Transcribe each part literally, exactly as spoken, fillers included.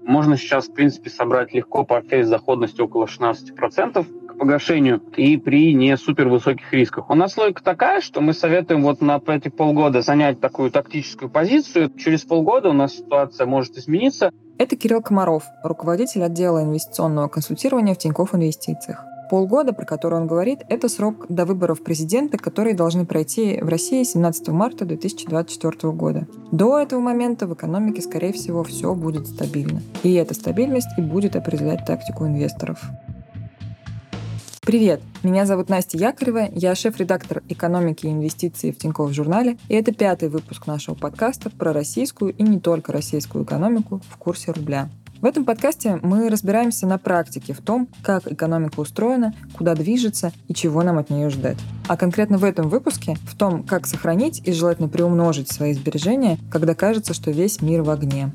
Можно сейчас, в принципе, собрать легко портфель с доходностью около шестнадцать процентов к погашению и при не супервысоких рисках. У нас логика такая, что мы советуем вот на эти полгода занять такую тактическую позицию. Через полгода у нас ситуация может измениться. Это Кирилл Комаров, руководитель отдела инвестиционного консультирования в Тинькофф Инвестициях. Полгода, про который он говорит, это срок до выборов президента, которые должны пройти в России семнадцатого марта две тысячи двадцать четвёртого года. До этого момента в экономике, скорее всего, все будет стабильно. И эта стабильность и будет определять тактику инвесторов. Привет! Меня зовут Настя Якорева, я шеф-редактор экономики и инвестиций в Тинькофф журнале, и это пятый выпуск нашего подкаста про российскую и не только российскую экономику в курсе рубля. В этом подкасте мы разбираемся на практике в том, как экономика устроена, куда движется и чего нам от нее ждать. А конкретно в этом выпуске в том, как сохранить и желательно приумножить свои сбережения, когда кажется, что весь мир в огне.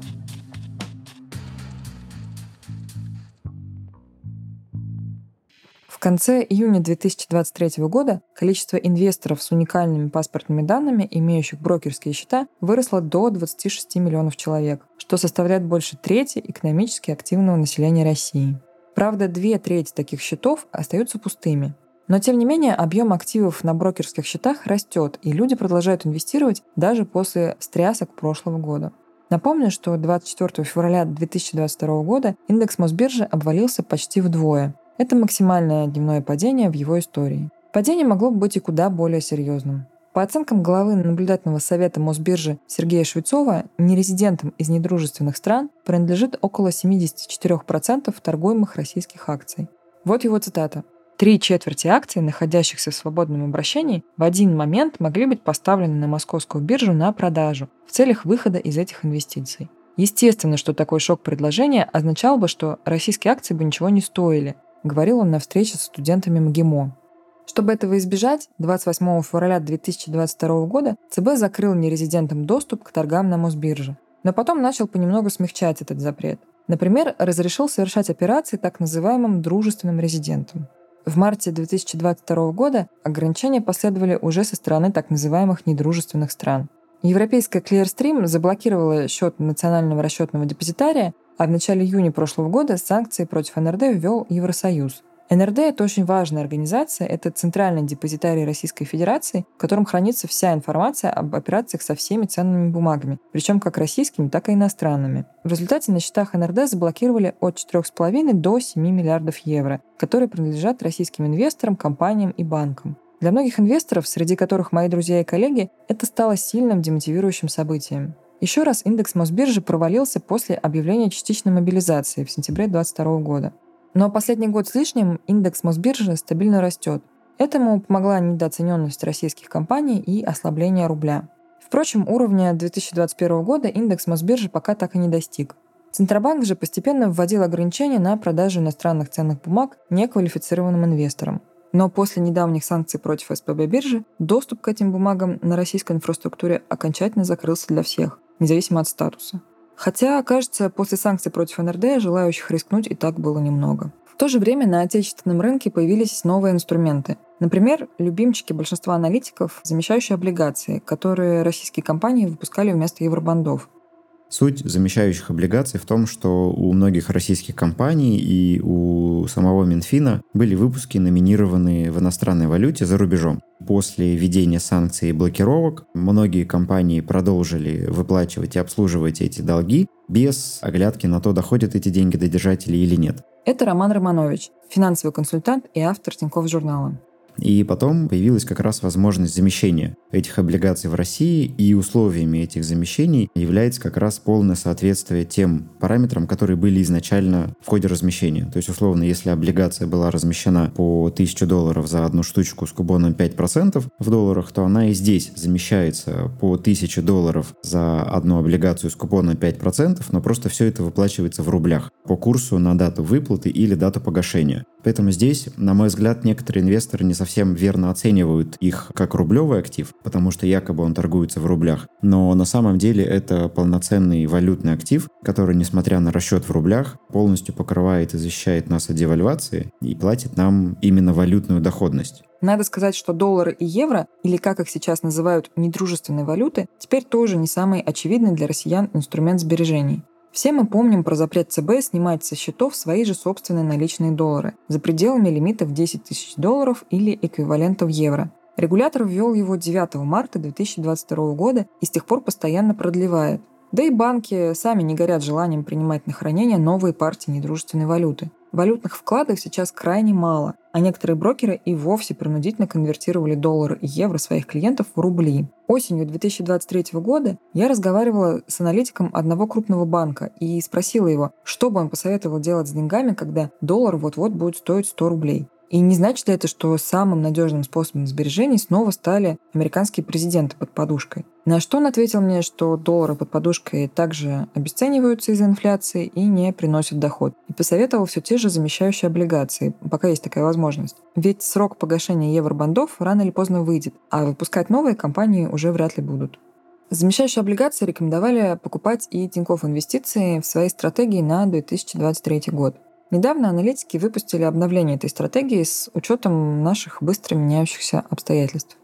В конце июня две тысячи двадцать третьего года количество инвесторов с уникальными паспортными данными, имеющих брокерские счета, выросло до двадцати шести миллионов человек, что составляет больше трети экономически активного населения России. Правда, две трети таких счетов остаются пустыми. Но, тем не менее, объем активов на брокерских счетах растет, и люди продолжают инвестировать даже после встрясок прошлого года. Напомню, что двадцать четвёртого февраля две тысячи двадцать второго года индекс Мосбиржи обвалился почти вдвое. Это максимальное дневное падение в его истории. Падение могло бы быть и куда более серьезным. По оценкам главы наблюдательного совета Мосбиржи Сергея Швецова, нерезидентам из недружественных стран принадлежит около семьдесят четыре процента торгуемых российских акций. Вот его цитата. «Три четверти акций, находящихся в свободном обращении, в один момент могли быть поставлены на московскую биржу на продажу в целях выхода из этих инвестиций. Естественно, что такой шок предложения означал бы, что российские акции бы ничего не стоили», говорил он на встрече с студентами МГИМО. Чтобы этого избежать, двадцать восьмого февраля две тысячи двадцать второго года ЦБ закрыл нерезидентам доступ к торгам на Мосбирже. Но потом начал понемногу смягчать этот запрет. Например, разрешил совершать операции так называемым дружественным резидентам. В марте две тысячи двадцать второго года ограничения последовали уже со стороны так называемых недружественных стран. Европейская Clearstream заблокировала счет национального расчетного депозитария, а в начале июня прошлого года санкции против эн эр дэ ввел Евросоюз. эн эр дэ — это очень важная организация, это центральный депозитарий Российской Федерации, в котором хранится вся информация об операциях со всеми ценными бумагами, причем как российскими, так и иностранными. В результате на счетах эн эр дэ заблокировали от четырех с половиной до семи миллиардов евро, которые принадлежат российским инвесторам, компаниям и банкам. Для многих инвесторов, среди которых мои друзья и коллеги, это стало сильным демотивирующим событием. Еще раз индекс Мосбиржи провалился после объявления частичной мобилизации в сентябре две тысячи двадцать второго года. Но последний год с лишним индекс Мосбиржи стабильно растет. Этому помогла недооцененность российских компаний и ослабление рубля. Впрочем, уровня две тысячи двадцать первого года индекс Мосбиржи пока так и не достиг. Центробанк же постепенно вводил ограничения на продажу иностранных ценных бумаг неквалифицированным инвесторам. Но после недавних санкций против эс пэ бэ биржи доступ к этим бумагам на российской инфраструктуре окончательно закрылся для всех, независимо от статуса. Хотя, кажется, после санкций против эн эр дэ желающих рискнуть и так было немного. В то же время на отечественном рынке появились новые инструменты. Например, любимчики большинства аналитиков, замещающие облигации, которые российские компании выпускали вместо евробондов. Суть замещающих облигаций в том, что у многих российских компаний и у самого Минфина были выпуски, номинированные в иностранной валюте за рубежом. После введения санкций и блокировок многие компании продолжили выплачивать и обслуживать эти долги без оглядки на то, доходят эти деньги до держателей или нет. Это Роман Романович, финансовый консультант и автор Тинькофф журнала. И потом появилась как раз возможность замещения этих облигаций в России, и условиями этих замещений является как раз полное соответствие тем параметрам, которые были изначально в ходе размещения. То есть, условно, если облигация была размещена по тысяче долларов за одну штучку с купоном пять процентов в долларах, то она и здесь замещается по тысяче долларов за одну облигацию с купоном пять процентов, но просто все это выплачивается в рублях по курсу на дату выплаты или дату погашения. Поэтому здесь, на мой взгляд, некоторые инвесторы не совсем верно оценивают их как рублевый актив, потому что якобы он торгуется в рублях. Но на самом деле это полноценный валютный актив, который, несмотря на расчет в рублях, полностью покрывает и защищает нас от девальвации и платит нам именно валютную доходность. Надо сказать, что доллары и евро, или как их сейчас называют недружественные валюты, теперь тоже не самый очевидный для россиян инструмент сбережений. Все мы помним про запрет ЦБ снимать со счетов свои же собственные наличные доллары за пределами лимита в десять тысяч долларов или эквивалента в евро. Регулятор ввел его девятого марта две тысячи двадцать второго года и с тех пор постоянно продлевает. Да и банки сами не горят желанием принимать на хранение новые партии недружественной валюты. Валютных вкладов сейчас крайне мало, а некоторые брокеры и вовсе принудительно конвертировали доллары и евро своих клиентов в рубли. Осенью две тысячи двадцать третьего года я разговаривала с аналитиком одного крупного банка и спросила его, что бы он посоветовал делать с деньгами, когда доллар вот-вот будет стоить сто рублей. И не значит ли это, что самым надежным способом сбережений снова стали американские президенты под подушкой? На что он ответил мне, что доллары под подушкой также обесцениваются из-за инфляции и не приносят доход. И посоветовал все те же замещающие облигации, пока есть такая возможность. Ведь срок погашения евробандов рано или поздно выйдет, а выпускать новые компании уже вряд ли будут. Замещающие облигации рекомендовали покупать и Тинькофф Инвестиции в своей стратегии на две тысячи двадцать третий год. Недавно аналитики выпустили обновление этой стратегии с учетом наших быстро меняющихся обстоятельств.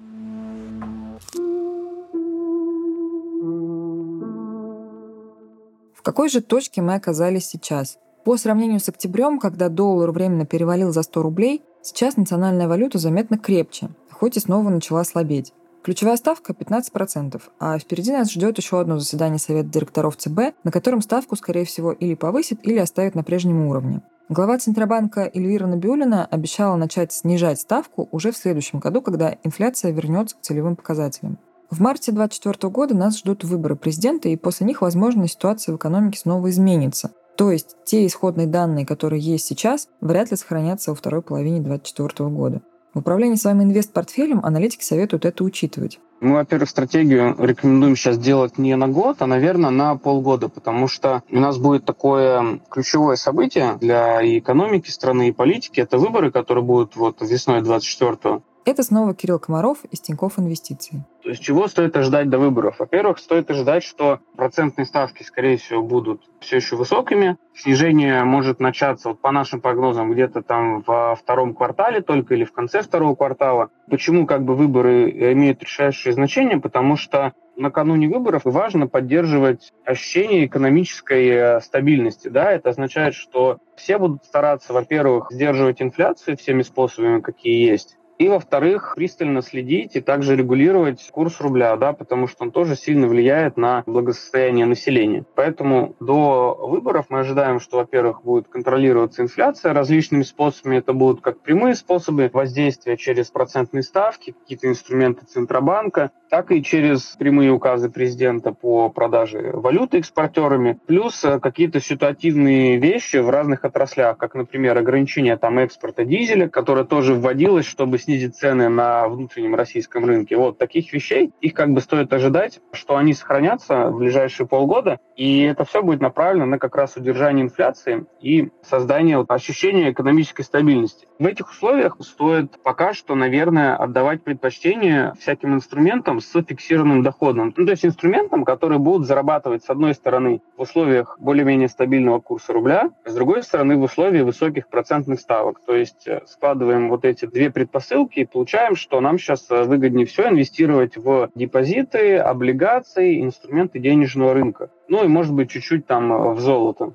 В какой же точке мы оказались сейчас? По сравнению с октябрем, когда доллар временно перевалил за сто рублей, сейчас национальная валюта заметно крепче, хоть и снова начала слабеть. Ключевая ставка пятнадцать процентов, а впереди нас ждет еще одно заседание Совета директоров ЦБ, на котором ставку, скорее всего, или повысит, или оставит на прежнем уровне. Глава Центробанка Эльвира Набиуллина обещала начать снижать ставку уже в следующем году, когда инфляция вернется к целевым показателям. В марте две тысячи двадцать четвёртого года нас ждут выборы президента, и после них, возможно, ситуация в экономике снова изменится. То есть те исходные данные, которые есть сейчас, вряд ли сохранятся во второй половине две тысячи двадцать четвёртого года. В управлении своим инвестпортфелем аналитики советуют это учитывать. Мы, во-первых, стратегию рекомендуем сейчас делать не на год, а, наверное, на полгода, потому что у нас будет такое ключевое событие для и экономики страны, и политики. Это выборы, которые будут вот весной двадцать четвёртого. Это снова Кирилл Комаров из Тинькофф Инвестиции. То есть чего стоит ожидать до выборов? Во-первых, стоит ожидать, что процентные ставки, скорее всего, будут все еще высокими. Снижение может начаться, вот по нашим прогнозам, где-то там во втором квартале только или в конце второго квартала. Почему как бы выборы имеют решающее значение? Потому что накануне выборов важно поддерживать ощущение экономической стабильности. Да? Это означает, что все будут стараться, во-первых, сдерживать инфляцию всеми способами, какие есть. И, во-вторых, пристально следить и также регулировать курс рубля, да, потому что он тоже сильно влияет на благосостояние населения. Поэтому до выборов мы ожидаем, что, во-первых, будет контролироваться инфляция различными способами. Это будут как прямые способы воздействия через процентные ставки, какие-то инструменты Центробанка, так и через прямые указы президента по продаже валюты экспортерами, плюс какие-то ситуативные вещи в разных отраслях, как, например, ограничение там экспорта дизеля, которое тоже вводилось, чтобы снизить цены на внутреннем российском рынке. Вот таких вещей, их как бы стоит ожидать, что они сохранятся в ближайшие полгода, и это все будет направлено на как раз удержание инфляции и создание вот ощущения экономической стабильности. В этих условиях стоит пока что, наверное, отдавать предпочтение всяким инструментам с фиксированным доходом. Ну, то есть инструментам, которые будут зарабатывать, с одной стороны, в условиях более-менее стабильного курса рубля, с другой стороны, в условиях высоких процентных ставок. То есть складываем вот эти две предпосылки и получаем, что нам сейчас выгоднее всего инвестировать в депозиты, облигации, инструменты денежного рынка. Ну и, может быть, чуть-чуть там в золото.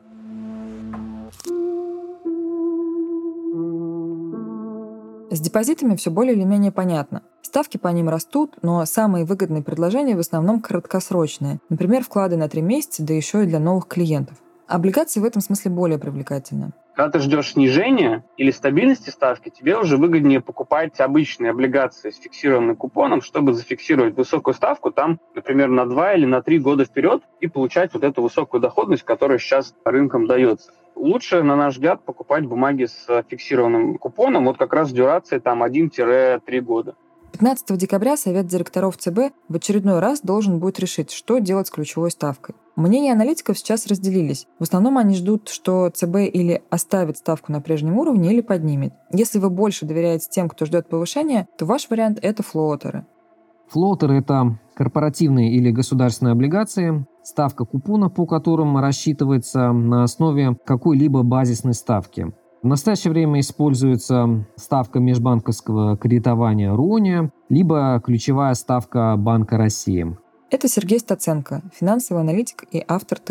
С депозитами все более или менее понятно. Ставки по ним растут, но самые выгодные предложения в основном краткосрочные. Например, вклады на три месяца, да еще и для новых клиентов. Облигации в этом смысле более привлекательны. Когда ты ждешь снижения или стабильности ставки, тебе уже выгоднее покупать обычные облигации с фиксированным купоном, чтобы зафиксировать высокую ставку там, например, на два или на три года вперед и получать вот эту высокую доходность, которая сейчас рынком дается. Лучше, на наш взгляд, покупать бумаги с фиксированным купоном, вот как раз с дюрацией там один-три года. пятнадцатого декабря Совет директоров ЦБ в очередной раз должен будет решить, что делать с ключевой ставкой. Мнения аналитиков сейчас разделились. В основном они ждут, что ЦБ или оставит ставку на прежнем уровне, или поднимет. Если вы больше доверяете тем, кто ждет повышения, то ваш вариант — это флоутеры. Флоутеры — это корпоративные или государственные облигации, ставка купона по которым рассчитывается на основе какой-либо базисной ставки. В настоящее время используется ставка межбанковского кредитования РОНИ, либо ключевая ставка Банка России. Это Сергей Стаценко, финансовый аналитик и автор ТЖ.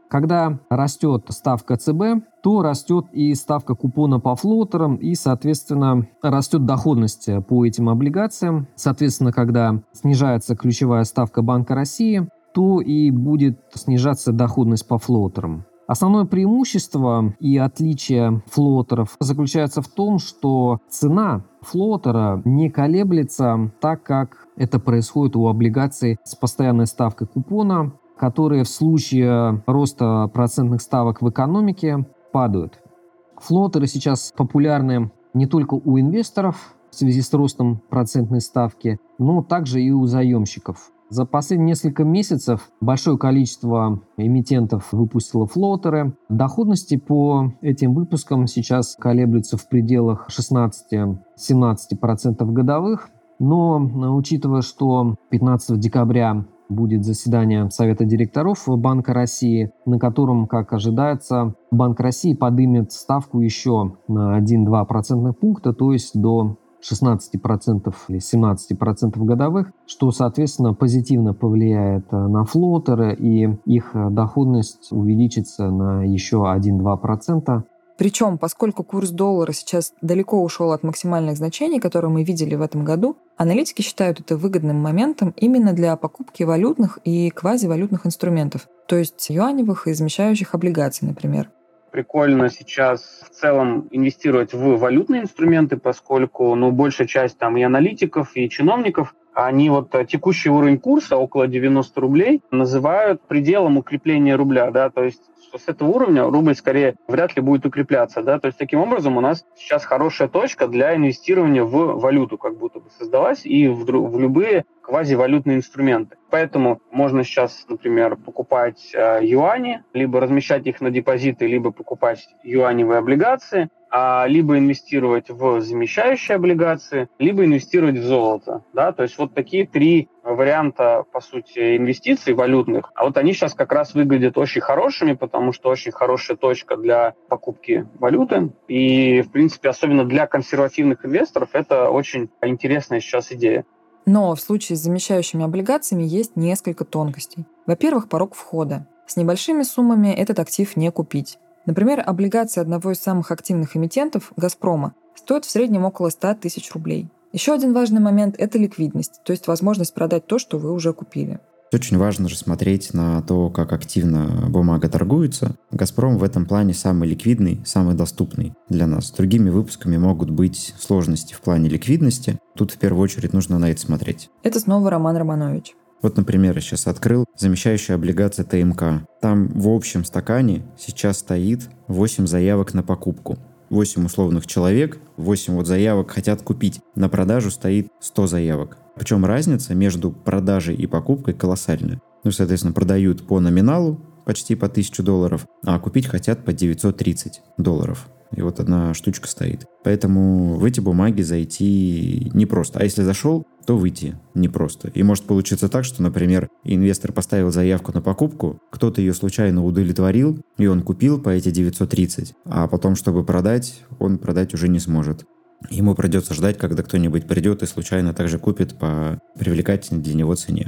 Когда растет ставка ЦБ, то растет и ставка купона по флотерам, и, соответственно, растет доходность по этим облигациям. Соответственно, когда снижается ключевая ставка Банка России, то и будет снижаться доходность по флотерам. Основное преимущество и отличие флотеров заключается в том, что цена флотера не колеблется так, как это происходит у облигаций с постоянной ставкой купона, которые в случае роста процентных ставок в экономике падают. Флотеры сейчас популярны не только у инвесторов в связи с ростом процентной ставки, но также и у заемщиков. За последние несколько месяцев большое количество эмитентов выпустило флотеры. Доходности по этим выпускам сейчас колеблются в пределах шестнадцать-семнадцать процентов годовых, но учитывая, что пятнадцатого декабря будет заседание Совета директоров Банка России, на котором, как ожидается, Банк России поднимет ставку еще на один-два процентных пункта, то есть до шестнадцать процентов или семнадцать процентов годовых, что, соответственно, позитивно повлияет на флотеры, и их доходность увеличится на еще один-два процента. Причем, поскольку курс доллара сейчас далеко ушел от максимальных значений, которые мы видели в этом году, аналитики считают это выгодным моментом именно для покупки валютных и квазивалютных инструментов, то есть юаневых и замещающих облигаций, например. Прикольно сейчас в целом инвестировать в валютные инструменты, поскольку ну, большая часть там и аналитиков, и чиновников, они вот текущий уровень курса, около девяносто рублей, называют пределом укрепления рубля, да, то есть что с этого уровня рубль скорее вряд ли будет укрепляться, да, то есть таким образом у нас сейчас хорошая точка для инвестирования в валюту как будто бы создалась и в, в любые квазивалютные инструменты. Поэтому можно сейчас, например, покупать э, юани, либо размещать их на депозиты, либо покупать юаневые облигации, а, либо инвестировать в замещающие облигации, либо инвестировать в золото. Да? То есть вот такие три варианта, по сути, инвестиций валютных. А вот они сейчас как раз выглядят очень хорошими, потому что очень хорошая точка для покупки валюты. И, в принципе, особенно для консервативных инвесторов, это очень интересная сейчас идея. Но в случае с замещающими облигациями есть несколько тонкостей. Во-первых, порог входа. С небольшими суммами этот актив не купить. Например, облигации одного из самых активных эмитентов, «Газпрома», стоят в среднем около ста тысяч рублей. Еще один важный момент – это ликвидность, то есть возможность продать то, что вы уже купили. Очень важно же смотреть на то, как активно бумага торгуется. «Газпром» в этом плане самый ликвидный, самый доступный для нас. С другими выпусками могут быть сложности в плане ликвидности. Тут в первую очередь нужно на это смотреть. Это снова Роман Романович. Вот, например, я сейчас открыл замещающую облигацию ТМК. Там в общем стакане сейчас стоит восемь заявок на покупку. восемь условных человек, восемь вот заявок хотят купить. На продажу стоит сто заявок. Причем разница между продажей и покупкой колоссальная. Ну, соответственно, продают по номиналу почти по тысячу долларов, а купить хотят по девятьсот тридцать долларов. И вот одна штучка стоит. Поэтому в эти бумаги зайти непросто. А если зашел, то выйти непросто. И может получиться так, что, например, инвестор поставил заявку на покупку, кто-то ее случайно удовлетворил, и он купил по эти девятьсот тридцать, а потом, чтобы продать, он продать уже не сможет. Ему придется ждать, когда кто-нибудь придет и случайно также купит по привлекательной для него цене.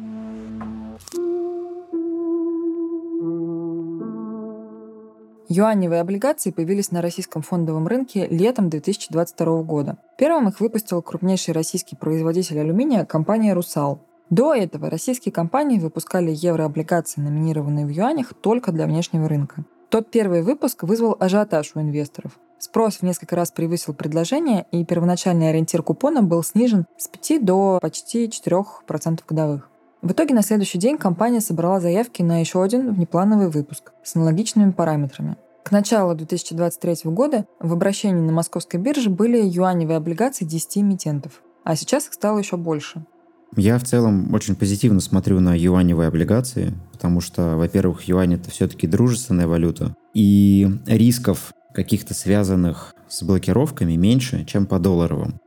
Юаневые облигации появились на российском фондовом рынке летом две тысячи двадцать второго года. Первым их выпустил крупнейший российский производитель алюминия компания «Русал». До этого российские компании выпускали еврооблигации, номинированные в юанях, только для внешнего рынка. Тот первый выпуск вызвал ажиотаж у инвесторов. Спрос в несколько раз превысил предложение, и первоначальный ориентир купона был снижен с пяти до почти четырёх процентов годовых. В итоге на следующий день компания собрала заявки на еще один внеплановый выпуск с аналогичными параметрами. К началу две тысячи двадцать третьего года в обращении на московской бирже были юаневые облигации десяти эмитентов, а сейчас их стало еще больше. Я в целом очень позитивно смотрю на юаневые облигации, потому что, во-первых, юань — это все-таки дружественная валюта, и рисков каких-то связанных с блокировками меньше, чем по долларовым,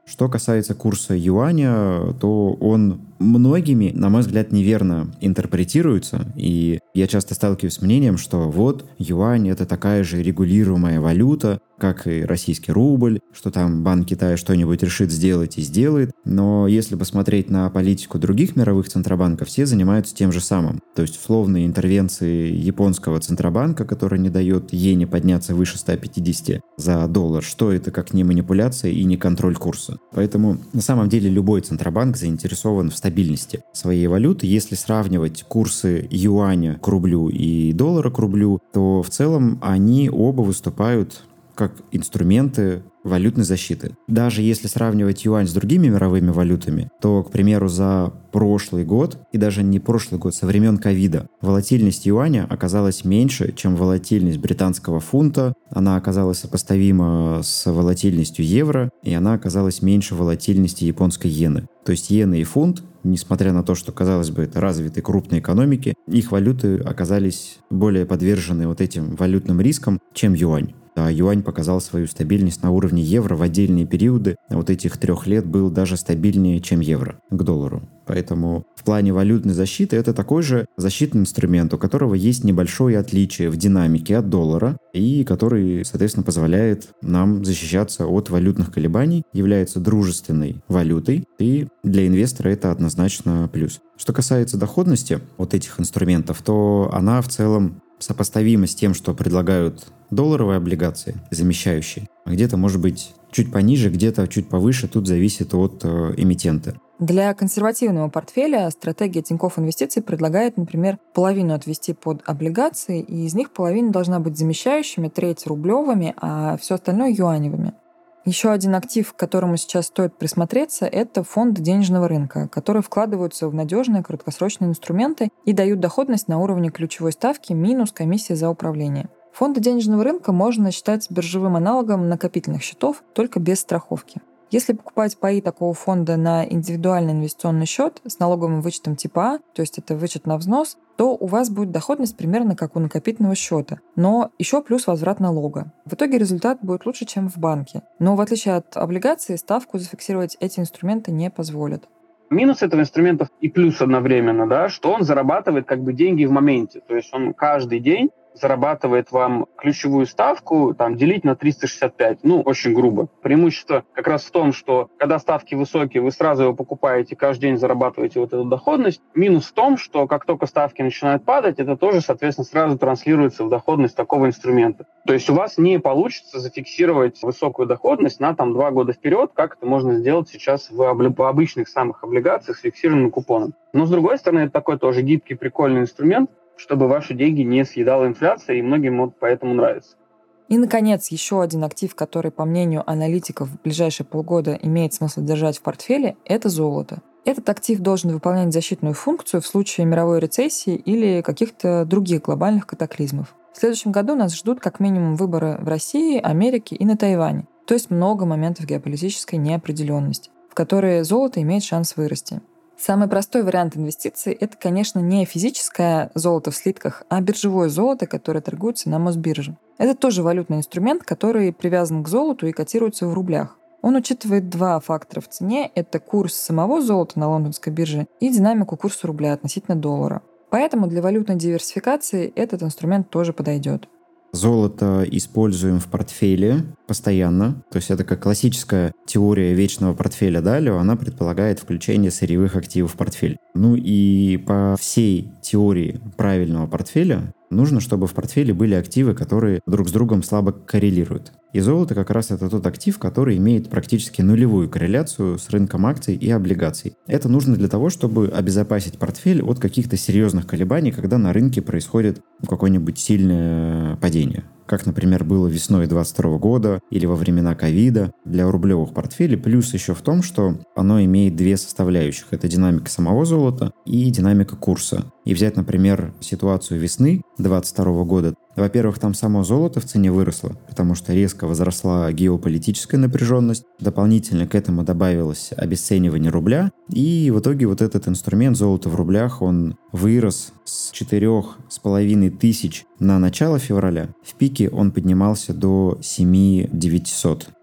Что касается курса юаня, то он многими, на мой взгляд, неверно интерпретируется. И я часто сталкиваюсь с мнением, что вот юань — это такая же регулируемая валюта, как и российский рубль, что там Банк Китая что-нибудь решит сделать и сделает. Но если посмотреть на политику других мировых центробанков, все занимаются тем же самым. То есть условные интервенции японского центробанка, который не дает иене подняться выше ста пятидесяти за доллар, что это как не манипуляция и не контроль курса. Поэтому на самом деле любой центробанк заинтересован в стабильности своей валюты. Если сравнивать курсы юаня к рублю и доллара к рублю, то в целом они оба выступают как инструменты валютной защиты. Даже если сравнивать юань с другими мировыми валютами, то, к примеру, за прошлый год, и даже не прошлый год, со времен ковида, волатильность юаня оказалась меньше, чем волатильность британского фунта, она оказалась сопоставима с волатильностью евро, и она оказалась меньше волатильности японской иены. То есть иена и фунт, несмотря на то, что, казалось бы, это развитые крупные экономики, их валюты оказались более подвержены вот этим валютным рискам, чем юань. А юань показал свою стабильность на уровне евро в отдельные периоды. Вот этих трех лет был даже стабильнее, чем евро к доллару. Поэтому в плане валютной защиты это такой же защитный инструмент, у которого есть небольшое отличие в динамике от доллара, и который, соответственно, позволяет нам защищаться от валютных колебаний, является дружественной валютой, и для инвестора это однозначно плюс. Что касается доходности вот этих инструментов, то она в целом сопоставимо с тем, что предлагают долларовые облигации, замещающие. А где-то, может быть, чуть пониже, где-то чуть повыше. Тут зависит от э, эмитента. Для консервативного портфеля стратегия Тинькофф Инвестиций предлагает, например, половину отвести под облигации, и из них половина должна быть замещающими, треть рублевыми, а все остальное юаневыми. Еще один актив, к которому сейчас стоит присмотреться, это фонды денежного рынка, которые вкладываются в надежные краткосрочные инструменты и дают доходность на уровне ключевой ставки минус комиссия за управление. Фонды денежного рынка можно считать биржевым аналогом накопительных счетов, только без страховки. Если покупать паи такого фонда на индивидуальный инвестиционный счет с налоговым вычетом типа А, то есть это вычет на взнос, то у вас будет доходность примерно как у накопительного счета, но еще плюс возврат налога. В итоге результат будет лучше, чем в банке. Но в отличие от облигаций, ставку зафиксировать эти инструменты не позволят. Минус этого инструмента и плюс одновременно, да, что он зарабатывает как бы деньги в моменте. То есть он каждый день зарабатывает вам ключевую ставку, там, делить на триста шестьдесят пять, ну, очень грубо. Преимущество как раз в том, что когда ставки высокие, вы сразу его покупаете, каждый день зарабатываете вот эту доходность. Минус в том, что как только ставки начинают падать, это тоже, соответственно, сразу транслируется в доходность такого инструмента. То есть у вас не получится зафиксировать высокую доходность на там два года вперед, как это можно сделать сейчас в обычных самых облигациях с фиксированным купоном. Но, с другой стороны, это такой тоже гибкий, прикольный инструмент, чтобы ваши деньги не съедала инфляция, и многим вот поэтому нравится. И, наконец, еще один актив, который, по мнению аналитиков, в ближайшие полгода имеет смысл держать в портфеле, это золото. Этот актив должен выполнять защитную функцию в случае мировой рецессии или каких-то других глобальных катаклизмов. В следующем году нас ждут как минимум выборы в России, Америке и на Тайване. То есть много моментов геополитической неопределенности, в которые золото имеет шанс вырасти. Самый простой вариант инвестиций – это, конечно, не физическое золото в слитках, а биржевое золото, которое торгуется на Мосбирже. Это тоже валютный инструмент, который привязан к золоту и котируется в рублях. Он учитывает два фактора в цене – это курс самого золота на лондонской бирже и динамику курса рубля относительно доллара. Поэтому для валютной диверсификации этот инструмент тоже подойдет. Золото используем в портфеле постоянно. То есть это как классическая теория вечного портфеля Далио, она предполагает включение сырьевых активов в портфель. Ну и по всей теории правильного портфеля нужно, чтобы в портфеле были активы, которые друг с другом слабо коррелируют. И золото как раз это тот актив, который имеет практически нулевую корреляцию с рынком акций и облигаций. Это нужно для того, чтобы обезопасить портфель от каких-то серьезных колебаний, когда на рынке происходит какое-нибудь сильное падение. Как, например, было весной двадцать второго года или во времена ковида для рублевых портфелей. Плюс еще в том, что оно имеет две составляющих. Это динамика самого золота и динамика курса. И взять, например, ситуацию весны двадцать второго года. Во-первых, там само золото в цене выросло, потому что резко возросла геополитическая напряженность. Дополнительно к этому добавилось обесценивание рубля. И в итоге вот этот инструмент золото в рублях, он вырос с четырех с половиной тысяч на начало февраля. В пике он поднимался до семь тысяч девятьсот.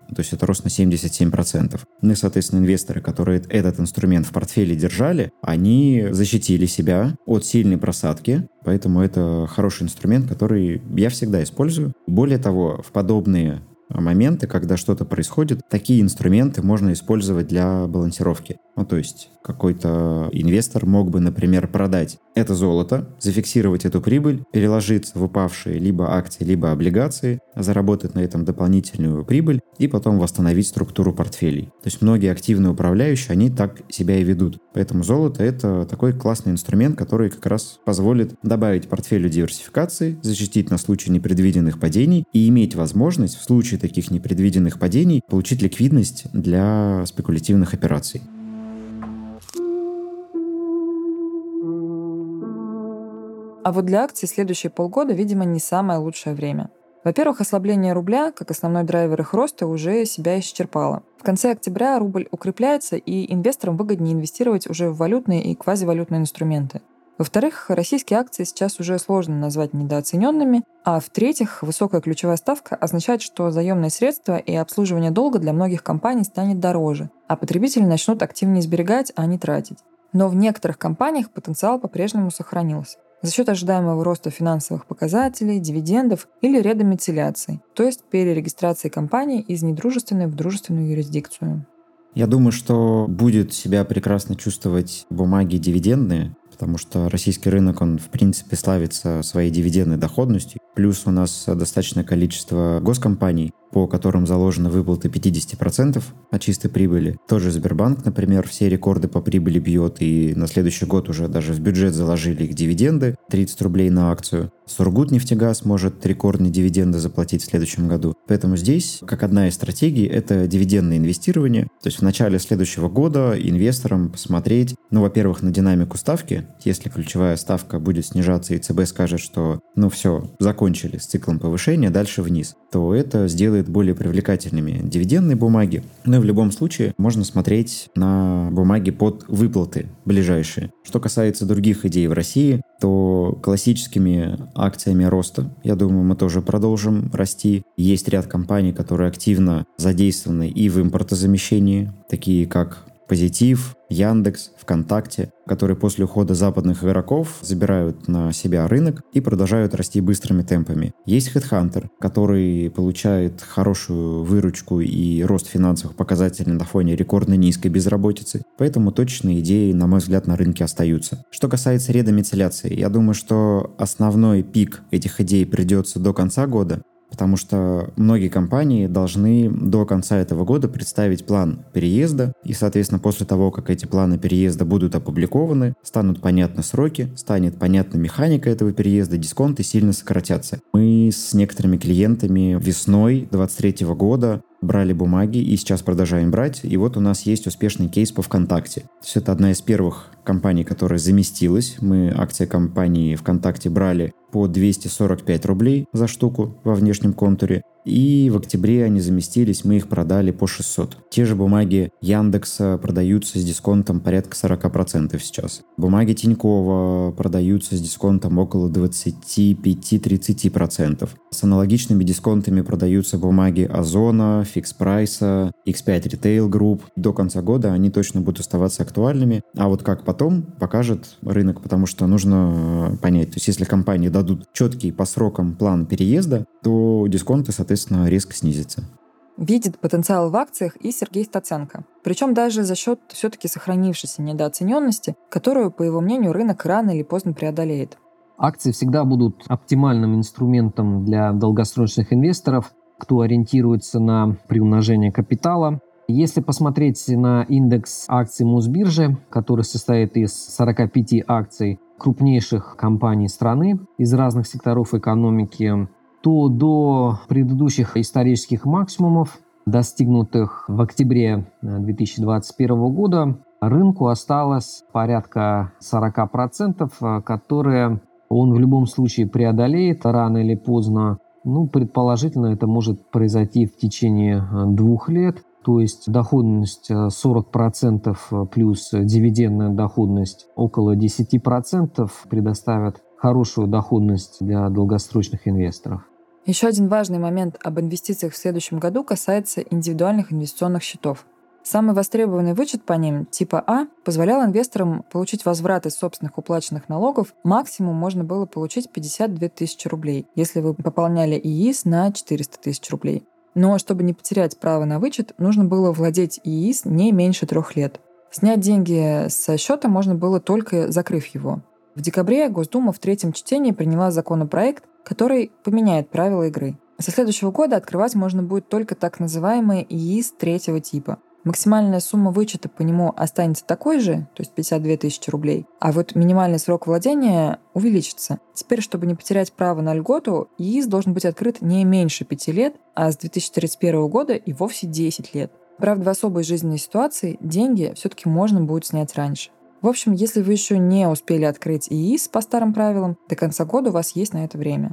то есть это рост на семьдесят семь процентов. Ну и, соответственно, инвесторы, которые этот инструмент в портфеле держали, они защитили себя от сильной просадки, поэтому это хороший инструмент, который я всегда использую. Более того, в подобные моменты, когда что-то происходит, такие инструменты можно использовать для балансировки. Ну, то есть какой-то инвестор мог бы, например, продать это золото, зафиксировать эту прибыль, переложиться в упавшие либо акции, либо облигации, заработать на этом дополнительную прибыль и потом восстановить структуру портфелей. То есть многие активные управляющие, они так себя и ведут. Поэтому золото — это такой классный инструмент, который как раз позволит добавить портфелю диверсификации, защитить на случай непредвиденных падений и иметь возможность в случае таких непредвиденных падений получить ликвидность для спекулятивных операций. А вот для акций следующие полгода, видимо, не самое лучшее время. Во-первых, ослабление рубля, как основной драйвер их роста, уже себя исчерпало. В конце октября рубль укрепляется, и инвесторам выгоднее инвестировать уже в валютные и квазивалютные инструменты. Во-вторых, российские акции сейчас уже сложно назвать недооцененными, а в-третьих, высокая ключевая ставка означает, что заемные средства и обслуживание долга для многих компаний станет дороже, а потребители начнут активнее сберегать, а не тратить. Но в некоторых компаниях потенциал по-прежнему сохранился за счет ожидаемого роста финансовых показателей, дивидендов или редомицеляции, то есть перерегистрации компаний из недружественной в дружественную юрисдикцию. Я думаю, что будет себя прекрасно чувствовать бумаги дивидендные, потому что российский рынок, он в принципе славится своей дивидендной доходностью. Плюс у нас достаточное количество госкомпаний, по которым заложены выплаты пятьдесят процентов от чистой прибыли. Тоже Сбербанк, например, все рекорды по прибыли бьет, и на следующий год уже даже в бюджет заложили их дивиденды, тридцать рублей на акцию. Сургутнефтегаз может рекордные дивиденды заплатить в следующем году. Поэтому здесь, как одна из стратегий, это дивидендное инвестирование. То есть в начале следующего года инвесторам посмотреть, ну, во-первых, на динамику ставки. Если ключевая ставка будет снижаться, и ЦБ скажет, что, ну, все, закончили с циклом повышения, дальше вниз, то это сделает более привлекательными дивидендные бумаги. Но в любом случае можно смотреть на бумаги под выплаты ближайшие. Что касается других идей в России, то классическими акциями роста, я думаю, мы тоже продолжим расти. Есть ряд компаний, которые активно задействованы и в импортозамещении, такие как Позитив, Яндекс, ВКонтакте, которые после ухода западных игроков забирают на себя рынок и продолжают расти быстрыми темпами. Есть HeadHunter, который получает хорошую выручку и рост финансовых показателей на фоне рекордно низкой безработицы, поэтому точные идеи, на мой взгляд, на рынке остаются. Что касается редомицеляции, я думаю, что основной пик этих идей придется до конца года, потому что многие компании должны до конца этого года представить план переезда, и, соответственно, после того, как эти планы переезда будут опубликованы, станут понятны сроки, станет понятна механика этого переезда, дисконты сильно сократятся. Мы с некоторыми клиентами весной две тысячи двадцать третьего года брали бумаги и сейчас продолжаем брать, и вот у нас есть успешный кейс по ВКонтакте. То есть это одна из первых компаний, которая заместилась. Мы акции компании ВКонтакте брали по двести сорок пять рублей за штуку во внешнем контуре. И в октябре они заместились, мы их продали по шестьсот. Те же бумаги Яндекса продаются с дисконтом порядка сорок процентов сейчас. Бумаги Тинькова продаются с дисконтом около двадцать пять - тридцать процентов. С аналогичными дисконтами продаются бумаги Озона, Фикспрайса, икс пять Retail Group. До конца года они точно будут оставаться актуальными. А вот как потом, покажет рынок, потому что нужно понять. То есть если компании дадут четкий по срокам план переезда, то дисконты, соответственно, резко снизятся. Видит потенциал в акциях и Сергей Стаценко. Причем даже за счет все-таки сохранившейся недооцененности, которую, по его мнению, рынок рано или поздно преодолеет. Акции всегда будут оптимальным инструментом для долгосрочных инвесторов, кто ориентируется на приумножение капитала. Если посмотреть на индекс акций Мосбиржи, который состоит из сорока пяти акций крупнейших компаний страны из разных секторов экономики, то до предыдущих исторических максимумов, достигнутых в октябре две тысячи двадцать первого года, рынку осталось порядка сорок процентов, которые он в любом случае преодолеет рано или поздно. Ну, предположительно, это может произойти в течение двух лет. То есть доходность сорок процентов плюс дивидендная доходность около десять процентов предоставят хорошую доходность для долгосрочных инвесторов. Еще один важный момент об инвестициях в следующем году касается индивидуальных инвестиционных счетов. Самый востребованный вычет по ним, типа А, позволял инвесторам получить возврат из собственных уплаченных налогов. Максимум можно было получить пятьдесят две тысячи рублей, если вы пополняли ИИС на четыреста тысяч рублей. Но чтобы не потерять право на вычет, нужно было владеть ИИС не меньше трех лет. Снять деньги со счета можно было только закрыв его. В декабре Госдума в третьем чтении приняла законопроект, который поменяет правила игры. Со следующего года открывать можно будет только так называемые ИИС третьего типа. Максимальная сумма вычета по нему останется такой же, то есть пятьдесят две тысячи рублей, а вот минимальный срок владения увеличится. Теперь, чтобы не потерять право на льготу, ИИС должен быть открыт не меньше пяти лет, а с две тысячи тридцать первого года и вовсе десять лет. Правда, в особой жизненной ситуации деньги все-таки можно будет снять раньше. В общем, если вы еще не успели открыть ИИС по старым правилам, до конца года у вас есть на это время.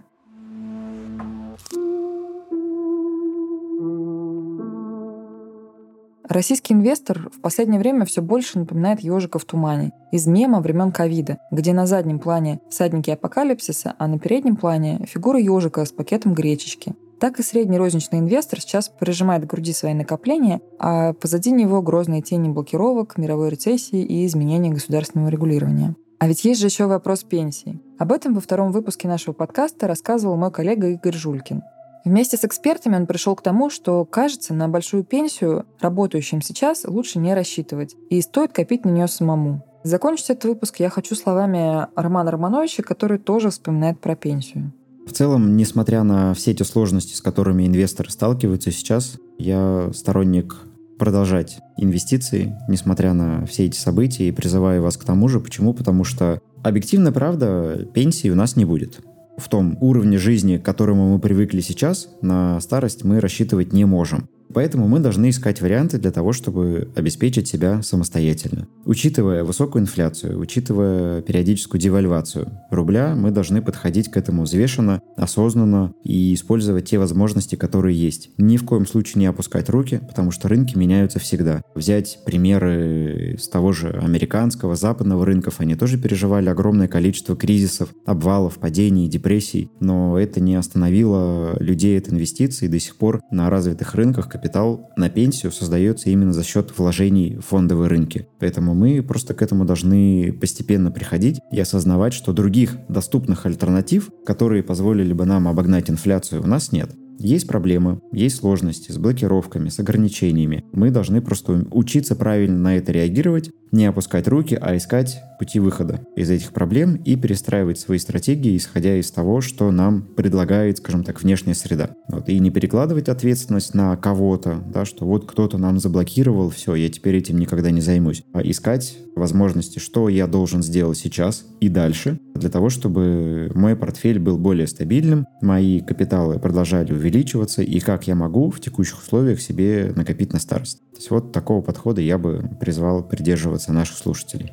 Российский инвестор в последнее время все больше напоминает ежика в тумане из мема времен ковида, где на заднем плане всадники апокалипсиса, а на переднем плане фигура ежика с пакетом гречечки. Так и средний розничный инвестор сейчас прижимает к груди свои накопления, а позади него грозные тени блокировок, мировой рецессии и изменения государственного регулирования. А ведь есть же еще вопрос пенсии. Об этом во втором выпуске нашего подкаста рассказывал мой коллега Игорь Жулькин. Вместе с экспертами он пришел к тому, что, кажется, на большую пенсию работающим сейчас лучше не рассчитывать, и стоит копить на нее самому. Закончить этот выпуск я хочу словами Романа Романовича, который тоже вспоминает про пенсию. В целом, несмотря на все эти сложности, с которыми инвесторы сталкиваются сейчас, я сторонник продолжать инвестиции, несмотря на все эти события, и призываю вас к тому же. Почему? Потому что объективно, правда, пенсии у нас не будет. В том уровне жизни, к которому мы привыкли сейчас, на старость мы рассчитывать не можем. Поэтому мы должны искать варианты для того, чтобы обеспечить себя самостоятельно. Учитывая высокую инфляцию, учитывая периодическую девальвацию рубля, мы должны подходить к этому взвешенно, осознанно и использовать те возможности, которые есть. Ни в коем случае не опускать руки, потому что рынки меняются всегда. Взять примеры с того же американского, западного рынков, они тоже переживали огромное количество кризисов, обвалов, падений, депрессий, но это не остановило людей от инвестиций, и до сих пор на развитых рынках капитал на пенсию создается именно за счет вложений в фондовые рынки. Поэтому мы просто к этому должны постепенно приходить и осознавать, что других доступных альтернатив, которые позволили бы нам обогнать инфляцию, у нас нет. Есть проблемы, есть сложности с блокировками, с ограничениями. Мы должны просто учиться правильно на это реагировать, не опускать руки, а искать пути выхода из этих проблем и перестраивать свои стратегии, исходя из того, что нам предлагает, скажем так, внешняя среда. Вот. И не перекладывать ответственность на кого-то, да, что вот кто-то нам заблокировал, все, я теперь этим никогда не займусь. А искать возможности, что я должен сделать сейчас и дальше, для того, чтобы мой портфель был более стабильным, мои капиталы продолжали увеличиваться, и как я могу в текущих условиях себе накопить на старость. То есть вот такого подхода я бы призвал придерживаться наших слушателей.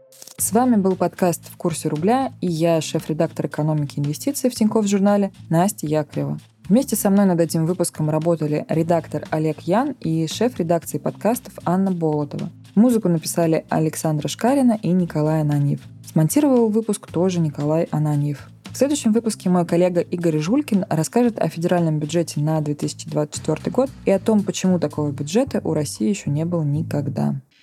С вами был подкаст «В курсе рубля» и я, шеф-редактор экономики и инвестиций в Тинькофф журнале Настя Яковлева. Вместе со мной над этим выпуском работали редактор Олег Ян и шеф редакции подкастов Анна Болотова. Музыку написали Александра Шкарина и Николай Ананьев. Смонтировал выпуск тоже Николай Ананьев. В следующем выпуске мой коллега Игорь Жулькин расскажет о федеральном бюджете на две тысячи двадцать четвёртый год и о том, почему такого бюджета у России еще не было никогда.